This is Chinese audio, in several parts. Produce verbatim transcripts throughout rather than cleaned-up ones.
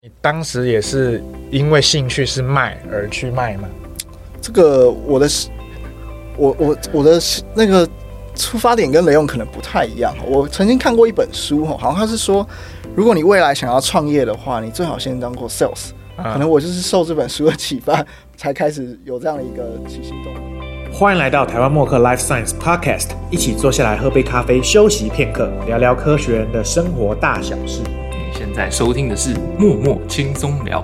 你当时也是因为兴趣是卖而去卖吗？ 这个我的我我我的那个出发点跟雷用可能不太一样。我曾经看过一本书，好像他是说，如果你未来想要创业的话，你最好先当过 sales。可能我就是受这本书的启发，才开始有这样的一个起心动念。 欢迎来到台湾默克 Life Science Podcast， 一起坐下来喝杯咖啡，休息片刻，聊聊科学人的生活大小事。 你现在收听的是默默轻松聊。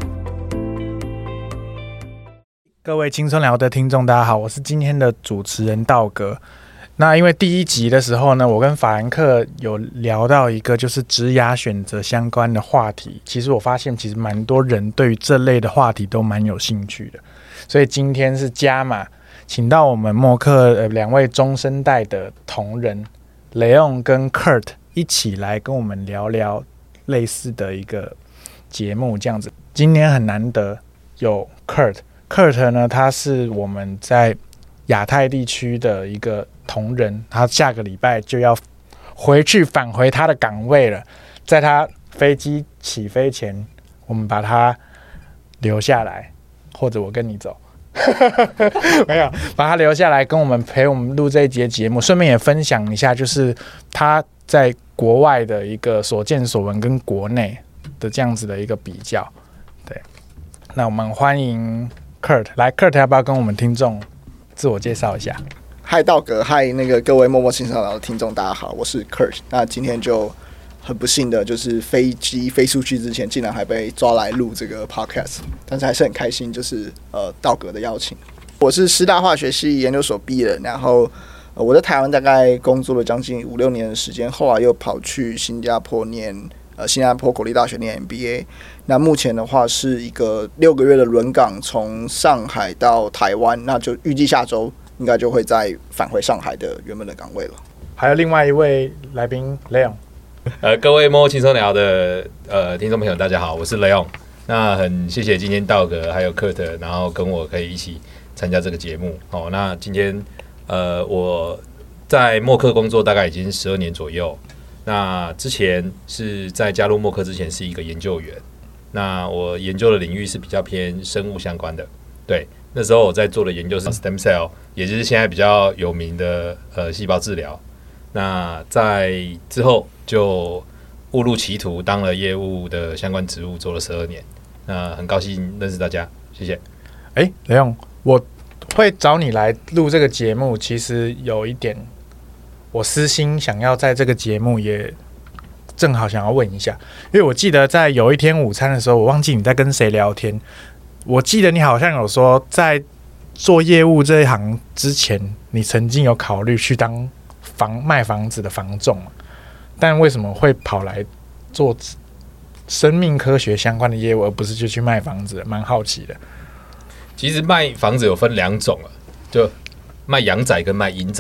各位轻松聊的听众，大家好，我是今天的主持人道格。那因为第一集的时候呢，我跟法兰克有聊到一个就是职涯选择相关的话题，其实我发现其实蛮多人对于这类的话题都蛮有兴趣的，所以今天是加码，请到我们默克呃两位中生代的同仁雷昂跟 Kurt 一起来跟我们聊聊类似的一个节目，这样子。今天很难得有 Kurt，Kurt 呢，他是我们在亚太地区的一个同仁，他下个礼拜就要回去返回他的岗位了。在他飞机起飞前，我们把他留下来，或者我跟你走，没有把他留下来，跟我们陪我们录这一节节目，顺便也分享一下，就是他在国外的一个所见所闻跟国内的这样子的一个比较。对，那我们欢迎 Kurt 来 ，Kurt 要不要跟我们听众自我介绍一下？ 嗨，道格，嗨，那个各位默默轻松聊的听众，大家好，我是 Kurt。那今天就很不幸的，就是飞机飞出去之前，竟然还被抓来录这个 podcast， 但是还是很开心，就是呃道格的邀请。我是师大化学系研究所毕业的，然后、呃、我在台湾大概工作了将近五六年的时间，后来又跑去新加坡念呃新加坡国立大学念 M B A。那目前的话是一个六个月的轮岗，从上海到台湾，那就预计下周应该就会再返回上海的原本的岗位了。 还有另外一位来宾雷昂， 呃，各位默默轻松聊的呃听众朋友，大家好，我是雷昂。那很谢谢今天道格还有 Kurt， 然后跟我可以一起参加这个节目。哦，那今天呃我在默克工作大概已经十二年左右。那之前是在加入默克之前是一个研究员。那我研究的领域是比较偏生物相关的，对。那时候我在做的研究是 stem cell， 也就是现在比较有名的呃细胞治疗。那在之后就误入歧途，当了业务的相关职务，做了十二年。那很高兴认识大家，谢谢。 哎，雷昂，我会找你来录这个节目，其实有一点，我私心想要在这个节目也正好想要问一下，因为我记得在有一天午餐的时候，我忘记你在跟谁聊天。我记得你好像有说，在做业务这一行之前，你曾经有考虑去当房卖房子的房仲，但为什么会跑来做生命科学相关的业务，而不是就去卖房子？蛮好奇的。 其实卖房子有分两种啊，就卖阳宅跟卖阴宅。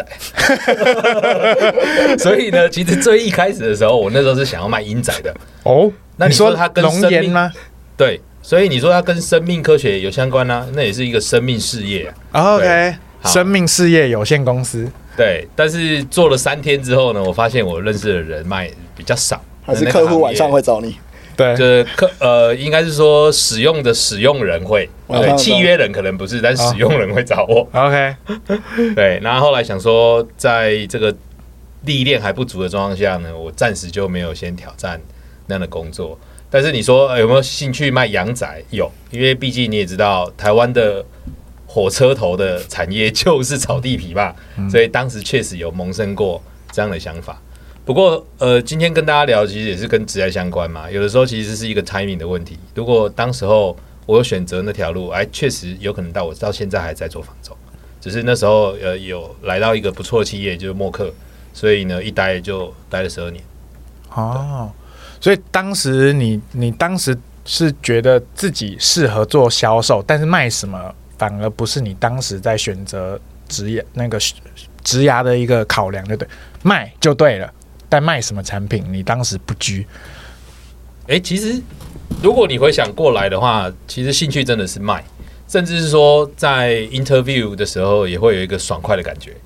所以呢，其实最一开始的时候，我那时候是想要卖阴宅的。 哦， 那你说它跟生命吗？ 对。所以你说它跟生命科学有相关啊，那也是一个生命事业啊。 Oh, OK， 生命事业有限公司。 对，但是做了三天之后呢，我发现我认识的人脉比较少， 还是客户晚上会找你？ 对， 就是客呃，应该是说使用的使用人会，对，契约人可能不是，但是使用人会找我。 Oh, OK， 对，然后后来想说，在这个历练还不足的状况下呢，我暂时就没有先挑战那样的工作。但是你说、呃、有没有兴趣卖阳宅？有，因为毕竟你也知道，台湾的火车头的产业就是炒地皮嘛，嗯、所以当时确实有萌生过这样的想法。不过，呃，今天跟大家聊，其实也是跟职业相关嘛。有的时候其实是一个 timing 的问题。如果当时候我有选择那条路，哎，确实有可能到我到现在还在做房仲，只是那时候呃有来到一个不错的企业，就是默克，所以呢一待就待了十二年。 哦。所以当时你你当时是觉得自己适合做销售，但是卖什么反而不是你当时在选择职业那个职涯的一个考量，对不对？卖就对了，但卖什么产品你当时不拘。 哎，其实如果你回想过来的话，其实兴趣真的是卖，甚至是说在 interview 的时候也会有一个爽快的感觉，因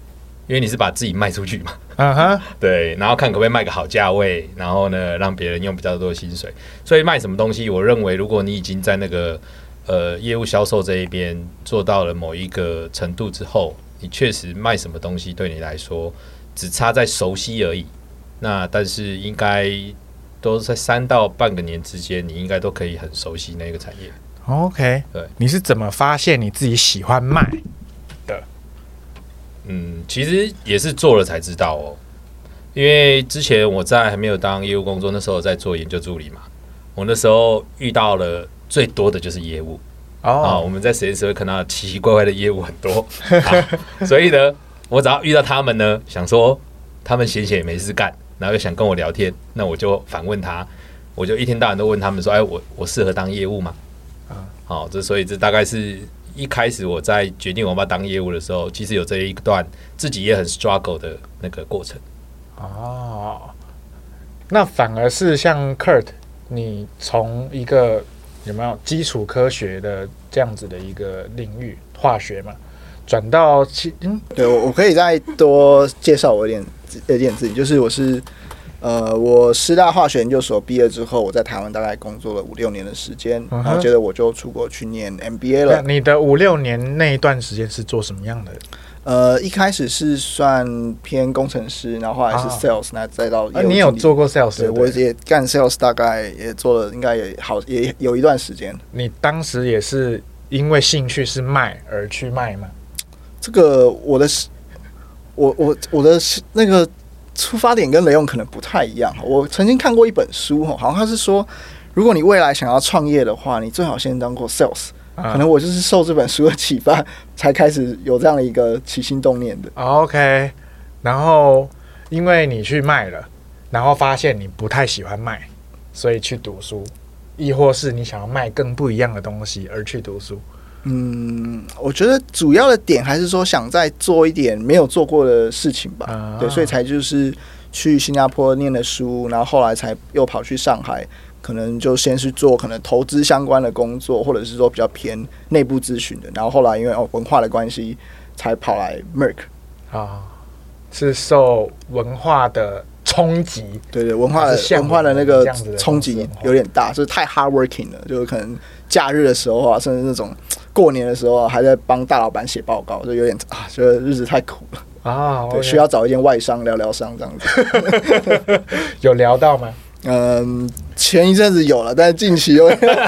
因为你是把自己卖出去嘛， 嗯哼， 对，然后看可不可以卖个好价位，然后呢让别人用比较多的薪水。所以卖什么东西，我认为如果你已经在那个呃业务销售这一边做到了某一个程度之后，你确实卖什么东西对你来说只差在熟悉而已。那但是应该都在三到半个年之间，你应该都可以很熟悉那个产业。 OK， 对， 你是怎么发现你自己喜欢卖的？ 嗯，其实也是做了才知道哦。因为之前我在还没有当业务工作，那时候我在做研究助理嘛，我那时候遇到了最多的就是业务。哦，啊，我们在实验室会看到奇奇怪怪的业务很多，啊，所以呢，我只要遇到他们呢，想说他们闲闲也没事干，然后又想跟我聊天，那我就反问他，我就一天到晚都问他们说，哎，我我适合当业务吗？啊，好，这所以这大概是一开始我在决定我要不要当业务的时候，其实有这一段自己也很 struggle 的那个过程。 哦，那反而是像 Kurt， 你从一个有没有基础科学的这样子的一个领域，化学嘛，转到其嗯， 对，我可以再多介绍我一点一点自己，就是我是呃，我师大化学研究所毕业之后，我在台湾大概工作了五六年的时间，嗯，然后接着我就出国去念 M B A 了。 你的五六年那一段时间是做什么样的？ 呃，一开始是算偏工程师，然后后来是 sales， 那，啊，再到业务经理。啊， 你有做过 sales？ 对，我也干 sales， 大概也做了，应该也好也有一段时间。 你当时也是因为兴趣是卖而去卖吗？ 这个我的我我我的那个出发点跟雷用可能不太一样。我曾经看过一本书，好像他是说，如果你未来想要创业的话，你最好先当过 sales。可能我就是受这本书的启发，才开始有这样的一个起心动念的。 OK， 然后因为你去卖了，然后发现你不太喜欢卖，所以去读书，亦或是你想要卖更不一样的东西而去读书。 嗯，我觉得主要的点还是说想再做一点没有做过的事情吧。啊，对，所以才就是去新加坡念的书，然后后来才又跑去上海。可能就先是做可能投资相关的工作，或者是说比较偏内部咨询的，然后后来因为哦文化的关系，才跑来 Merck 啊，是受文化的冲击， 对对，文化的文化的那个冲击有点大，就是太 hard working 了，就是可能假日的时候啊，甚至那种过年的时候啊，还在帮大老板写报告，就有点啊，觉得日子太苦了啊，对， okay. 需要找一间外商聊聊商这样子， 有聊到吗？ 嗯，前一阵子有了，但是近期有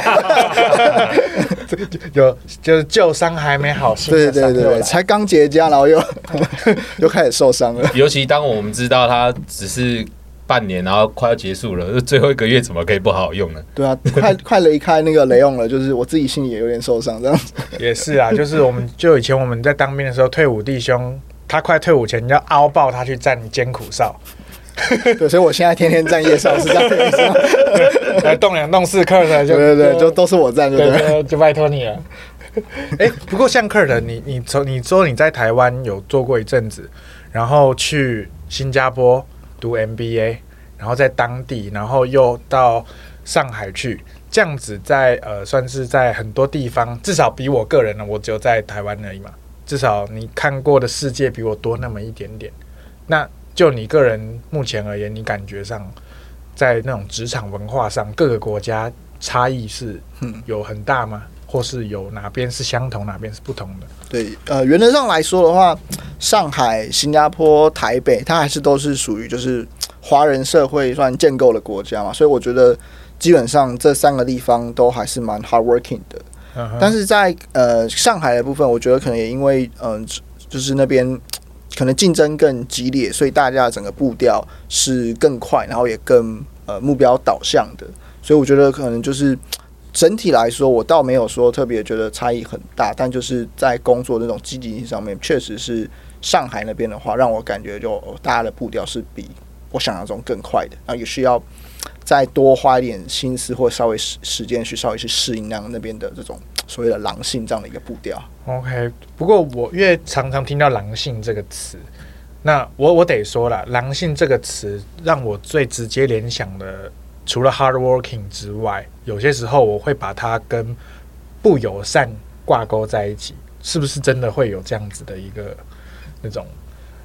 有就是旧伤还没好，新的伤对对对对，才刚结痂，然后又又开始受伤了。 尤其当我们知道它只是半年，然后快要结束了，最后一个月怎么可以不好好用呢？ 对啊，快快离开那个雷用了，就是我自己心里也有点受伤，这样子。 也是啊，就是我们就以前我们在当兵的时候，退伍弟兄他快退伍前，你要凹爆他去站艰苦哨。 对，所以我现在天天站夜哨是这样的意思吗？ 来动两动四 Kurt 就对对对，就都是我站，对对对，就拜托你了。哎，不过像 Kurt， 你你从你说你在台湾有做过一阵子，然后去新加坡读 M B A， 然后在当地，然后又到上海去，这样子在呃算是在很多地方，至少比我个人呢，我只有在台湾而已嘛，至少你看过的世界比我多那么一点点。那就你个人目前而言，你感觉上在那种职场文化上，各个国家差异是有很大吗？或是有哪边是相同，哪边是不同的？ 对，呃，原则上来说的话，上海、新加坡、台北，它还是都是属于就是华人社会算建构的国家嘛，所以我觉得基本上这三个地方都还是蛮 hardworking 的。Uh-huh. 但是在呃上海的部分，我觉得可能也因为嗯、呃，就是那边可能竞争更激烈，所以大家的整个步调是更快，然后也更呃目标导向的。所以我觉得可能就是整体来说，我倒没有说特别觉得差异很大，但就是在工作那种积极性上面，确实是上海那边的话，让我感觉就、哦、大家的步调是比我想象中更快的，然后也需要再多花一点心思或稍微时间去稍微去适应那那边的这种所谓的狼性这样的一个步调。 OK， 不过我因为常常听到狼性这个词，那我我得说啦，狼性这个词让我最直接联想的，除了 hardworking 之外，有些时候我会把它跟不友善挂钩在一起，是不是真的会有这样子的一个那种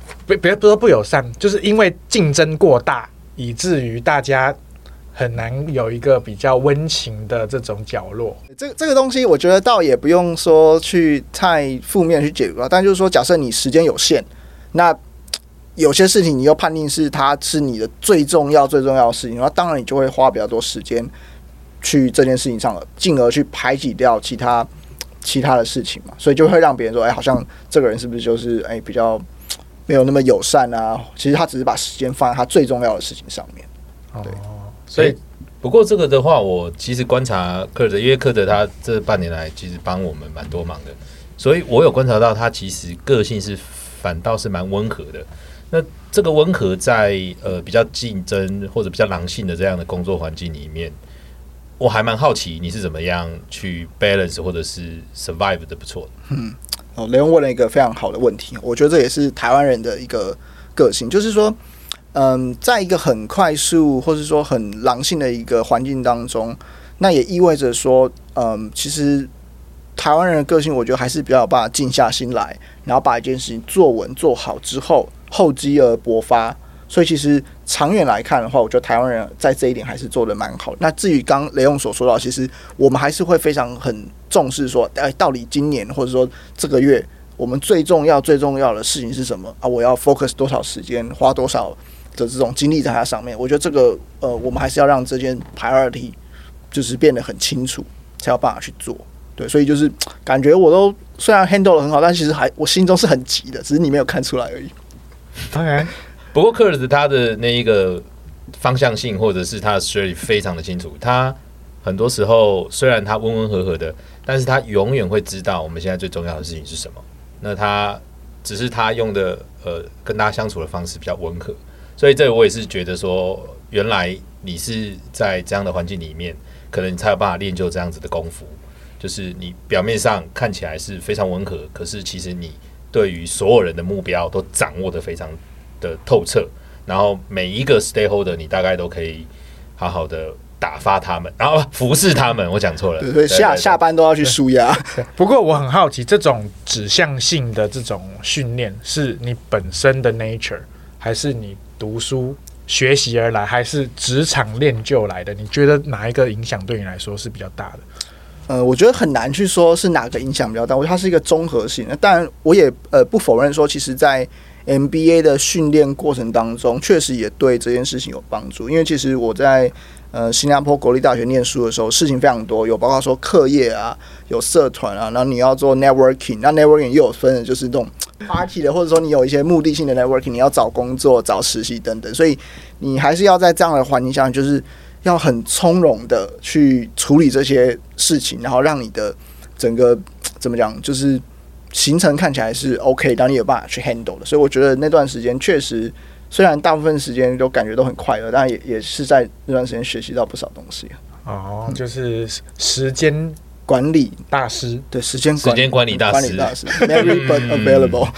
别别不说不友善，就是因为竞争过大，以至于大家很难有一个比较温情的这种角落。 这这个东西，我觉得倒也不用说去太负面去解读了，但就是说，假设你时间有限，那有些事情你又判定是它是你的最重要最重要的事情，那当然你就会花比较多时间去这件事情上了，进而去排挤掉其他其他的事情嘛，所以就会让别人说，哎、欸，好像这个人是不是就是哎、欸、比较没有那么友善啊？其实他只是把时间放在他最重要的事情上面。对， 哦、所以、欸、 不过这个的话，我其实观察克德，因为克德他这半年来其实帮我们蛮多忙的，所以我有观察到他其实个性是反倒是蛮温和的。那这个温和在呃比较竞争或者比较狼性的这样的工作环境里面，我还蛮好奇你是怎么样去 balance 或者是 survive 的不错的。 嗯，哦，雷翁问了一个非常好的问题，我觉得这也是台湾人的一个个性，就是说，嗯，在一个很快速或是说很狼性的一个环境当中，那也意味着说，嗯，其实台湾人的个性，我觉得还是比较有办法静下心来，然后把一件事情做稳做好之后，厚积而薄发。所以其实长远来看的话，我觉得台湾人在这一点还是做得蛮好的。那至于刚雷用所说到，其实我们还是会非常很重视说，哎，到底今年或者说这个月我们最重要最重要的事情是什么啊？我要 focus 多少时间，花多少的这种精力在它上面？我觉得这个呃，我们还是要让这件 priority 就是变得很清楚，才有办法去做。对，所以就是感觉我都虽然 handle 得很好，但其实还我心中是很急的，只是你没有看出来而已。 当然。 不过克尔他的那一个方向性或者是他的 strategy 非常的清楚，他很多时候虽然他温温和和的，但是他永远会知道我们现在最重要的事情是什么。那他只是他用的呃跟大家相处的方式比较温和，所以这个我也是觉得说，原来你是在这样的环境里面，可能你才有办法练就这样子的功夫，就是你表面上看起来是非常温和，可是其实你对于所有人的目标都掌握得非常的透彻，然后每一个 stakeholder 你大概都可以好好的打发他们，然后服侍他们。我讲错了， 对，所以下下班都要去舒压。 不过我很好奇，这种指向性的这种训练，是你本身的 nature， 还是你读书学习而来，还是职场练就来的？你觉得哪一个影响对你来说是比较大的？ 呃，我觉得很难去说是哪个影响比较大，我觉得它是一个综合性的。当然，我也呃不否认说，其实，在M B A 的训练过程当中，确实也对这件事情有帮助。因为其实我在呃新加坡国立大学念书的时候，事情非常多，有包括说课业啊，有社团啊，然后你要做 networking， 那 networking 又有分的就是这种 party 的，或者说你有一些目的性的 networking， 你要找工作、找实习等等，所以你还是要在这样的环境下，就是要很从容的去处理这些事情，然后让你的整个怎么讲，就是行程看起来是 OK， 然后你有办法去 handle 的。所以我觉得那段时间确实，虽然大部分时间都感觉都很快乐，但也也是在那段时间学习到不少东西。 哦，嗯、就是时间管理大师， 对，时间时间管理大师， 管理大师 ，Very but available，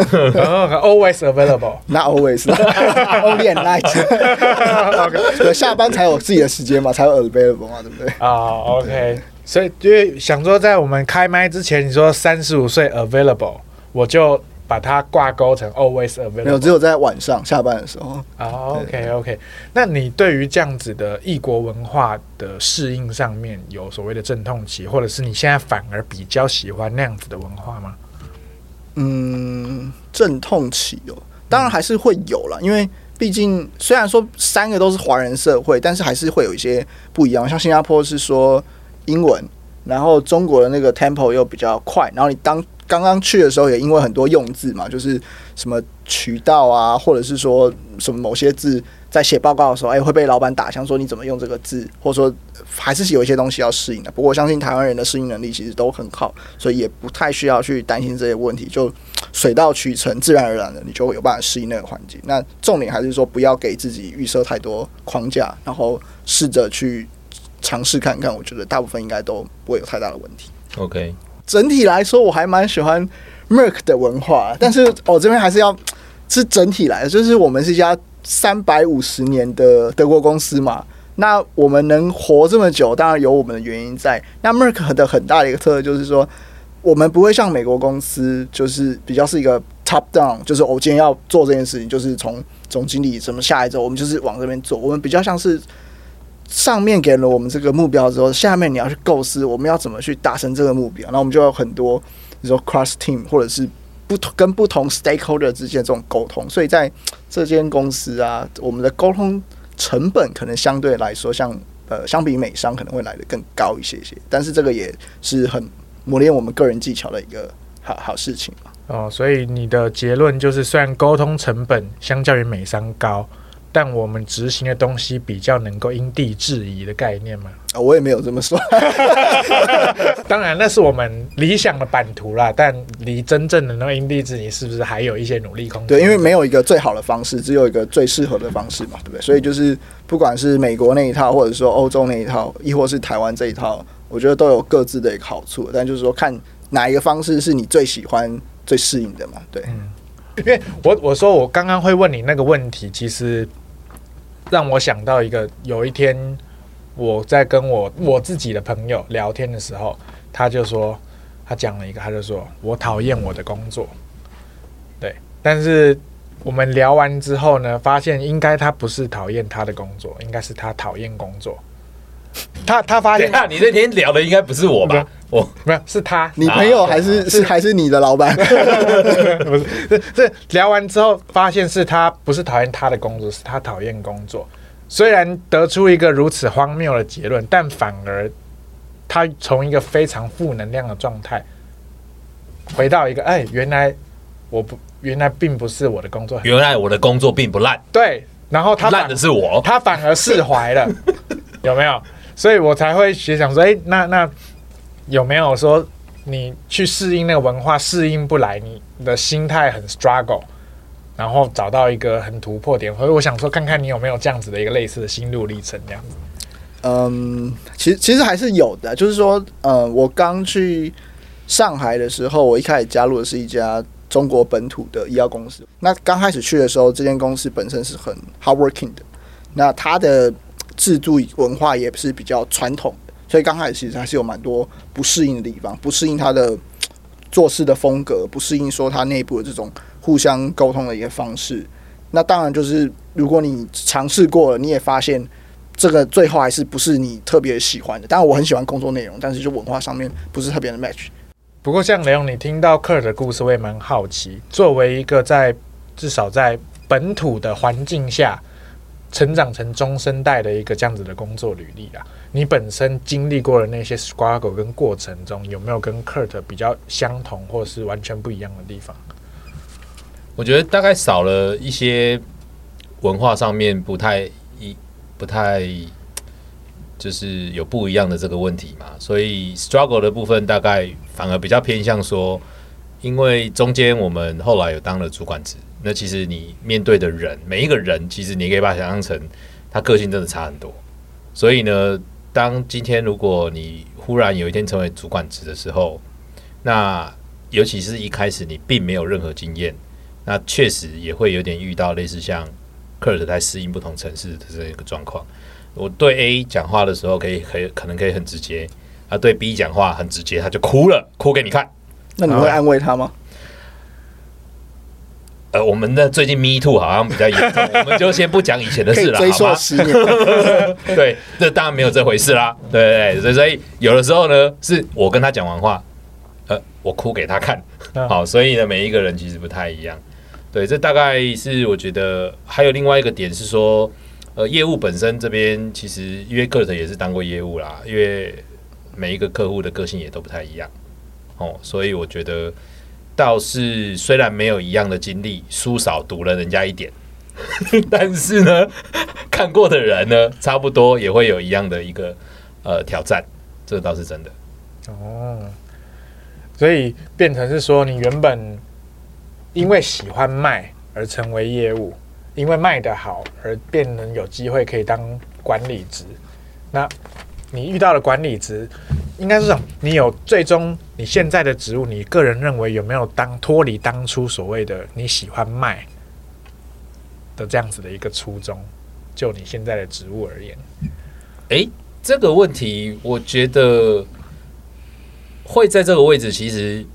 always available，not always，only at night 。对，下班才有自己的时间嘛，才有 available 嘛，对不对？ 啊、oh, ，OK。所以因为想说，在我们开麦之前，你说三十五岁 available， 我就把它挂钩成 always available。 没有，只有在晚上下班的时候。 啊、oh, ，OK OK。那你对于这样子的异国文化的适应上面，有所谓的阵痛期，或者是你现在反而比较喜欢那样子的文化吗？ 嗯，阵痛期哦，当然还是会有啦，因为毕竟虽然说三个都是华人社会，但是还是会有一些不一样。像新加坡是说英文，然后中国的那个 tempo 又比较快，然后你当刚刚去的时候也因为很多用字嘛，就是什么渠道啊，或者是说什么某些字在写报告的时候，哎、欸，会被老板打枪说你怎么用这个字，或者说还是有一些东西要适应的。不过我相信台湾人的适应能力其实都很好，所以也不太需要去担心这些问题，就水到渠成，自然而然的你就会有办法适应那个环境。那重点还是说不要给自己预设太多框架，然后试着去尝试看看，我觉得大部分应该都不会有太大的问题。 OK， 整体来说我还蛮喜欢 Merck 的文化，但是我、哦、这边还是要是整体来的，就是我们是一家三百五十年的德国公司嘛，那我们能活这么久，当然有我们的原因在。那 Merck 的很大的一个特色就是说，我们不会像美国公司，就是比较是一个 top down， 就是我今天要做这件事情，就是从总经理怎么下来之后，我们就是往这边做。我们比较像是上面给了我们这个目标之后，下面你要去构思我们要怎么去达成这个目标，然后我们就有很多你说 cross team 或者是不同跟不同 stakeholder 之间这种沟通，所以在这间公司啊，我们的沟通成本可能相对来说像呃相比美商可能会来得更高一些些，但是这个也是很磨练我们个人技巧的一个好好事情嘛。 哦，所以你的结论就是，虽然沟通成本相较于美商高，但我们执行的东西比较能够因地制宜的概念嘛？ 啊，我也没有这么说。 当然，那是我们理想的版图啦，但离真正的那个因地制宜，是不是还有一些努力空间？ 对，因为没有一个最好的方式，只有一个最适合的方式嘛，对不对？所以就是不管是美国那一套，或者说欧洲那一套，亦或是台湾这一套，我觉得都有各自的一个好处。但就是说，看哪一个方式是你最喜欢、最适应的嘛？对。 嗯，因为我我说我刚刚会问你那个问题，其实让我想到一个，有一天我在跟我我自己的朋友聊天的时候，他就说，他讲了一个，他就说我讨厌我的工作，对，但是我们聊完之后呢，发现应该他不是讨厌他的工作，应该是他讨厌工作。他他发现， 你那天聊的应该不是我吧？我没有，是他， 你朋友还是、啊、是还是你的老板？ 不是，是是聊完之后发现是他不是讨厌他的工作，是他讨厌工作。虽然得出一个如此荒谬的结论，但反而他从一个非常负能量的状态，回到一个哎，原来我不，原来并不是我的工作， 原来我的工作并不烂， 对，然后他烂的是我， 他反而释怀了，有没有？所以我才会想说，哎、欸，那那有没有说你去适应那个文化，适应不来，你的心态很 struggle， 然后找到一个很突破点？所以我想说，看看你有没有这样子的一个类似的心路历程，这样子。 嗯，其实其实还是有的，就是说，呃，我刚去上海的时候，我一开始加入的是一家中国本土的医药公司。那刚开始去的时候，这间公司本身是很 hardworking 的，那它的制度文化也是比较传统的，所以刚开始其实还是有蛮多不适应的地方，不适应它的做事的风格，不适应说它内部的这种互相沟通的一个方式。那当然就是如果你尝试过了，你也发现这个最后还是不是你特别喜欢的。当然我很喜欢工作内容，但是就文化上面不是特别的 match。 不过像雷勇，你听到 Kurt 的故事，我也蛮好奇，作为一个在至少在本土的环境下成长成中生代的一个这样子的工作履历啊，你本身经历过的那些 struggle 跟过程中，有没有跟 Kurt 比较相同或是完全不一样的地方？ 我觉得大概少了一些文化上面不太不太就是有不一样的这个问题嘛，所以 struggle 的部分大概反而比较偏向说，因为中间我们后来有当了主管职。那其实你面对的人，每一个人，其实你可以把它想象成他个性真的差很多。所以呢，当今天如果你忽然有一天成为主管职的时候，那尤其是一开始你并没有任何经验，那确实也会有点遇到类似像 Kurt 在适应不同城市的这个状况。我对 A 讲话的时候可以可以可能可以很直接，啊，对 B 讲话很直接，他就哭了，哭给你看。 那你会安慰他吗？ 呃，我们的最近 Me Too 好像比较严重，我们就先不讲以前的事了， 追溯十年。 对，这当然没有这回事啦。对对对，所以有的时候呢，是我跟他讲完话，呃，我哭给他看。好，所以呢，每一个人其实不太一样。对，这大概是我觉得还有另外一个点是说，呃，业务本身这边其实因为 Kurt 也是当过业务啦，因为每一个客户的个性也都不太一样，哦，所以我觉得。倒是虽然没有一样的经历，书少读了人家一点，但是呢，看过的人呢，差不多也会有一样的一个呃挑战，这个倒是真的。 哦，所以变成是说，你原本因为喜欢卖而成为业务，因为卖得好而变成有机会可以当管理职。那你遇到了管理职，应该是说你有最终你现在的职务，你个人认为有没有当脱离当初所谓的你喜欢卖的这样子的一个初衷？就你现在的职务而言， 哎，这个问题我觉得会在这个位置，其实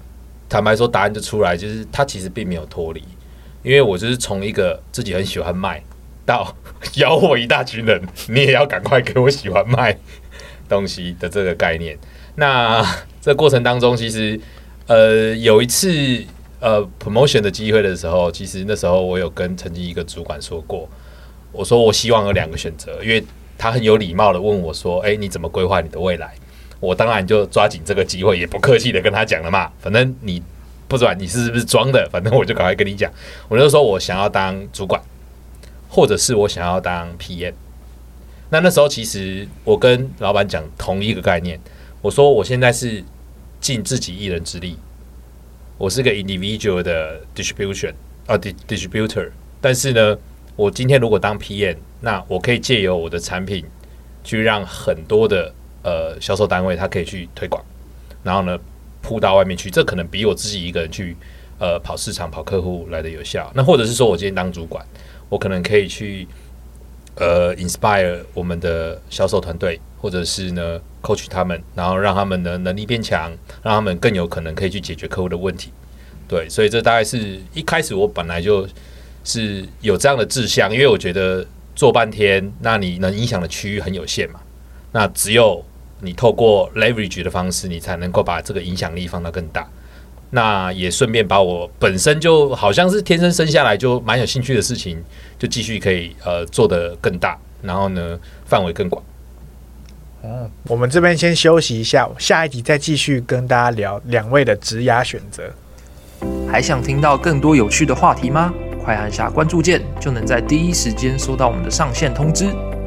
坦白说，答案就出来，就是他其实并没有脱离，因为我就是从一个自己很喜欢卖到咬我一大群人，你也要赶快给我喜欢卖东西的这个概念。那这个过程当中，其实呃有一次呃 promotion 的机会的时候，其实那时候我有跟曾经一个主管说过，我说我希望有两个选择，因为他很有礼貌的问我说：“哎、欸，你怎么规划你的未来？”我当然就抓紧这个机会，也不客气的跟他讲了嘛。反正你不管你是不是装的，反正我就赶快跟你讲。我就说我想要当主管，或者是我想要当 P M。那那时候其实我跟老板讲同一个概念。我说我现在是尽自己一人之力，我是个 individual 的 distribution 啊 distributor， 但是呢，我今天如果当 P M， 那我可以借由我的产品去让很多的呃销售单位它可以去推广，然后呢铺到外面去，这可能比我自己一个人去呃跑市场跑客户来的有效。那或者是说我今天当主管，我可能可以去呃 inspire 我们的销售团队，或者是呢 coach 他们，然后让他们的能力变强，让他们更有可能可以去解决客户的问题。对，所以这大概是一开始我本来就是有这样的志向，因为我觉得做半天，那你能影响的区域很有限嘛，那只有你透过 leverage 的方式，你才能够把这个影响力放到更大。那也顺便把我本身就好像是天生生下来就蛮有兴趣的事情，就继续可以呃做得更大，然后呢范围更广。 哦，我们这边先休息一下，下一集再继续跟大家聊两位的职涯选择。 还想听到更多有趣的话题吗？快按下关注键，就能在第一时间收到我们的上线通知。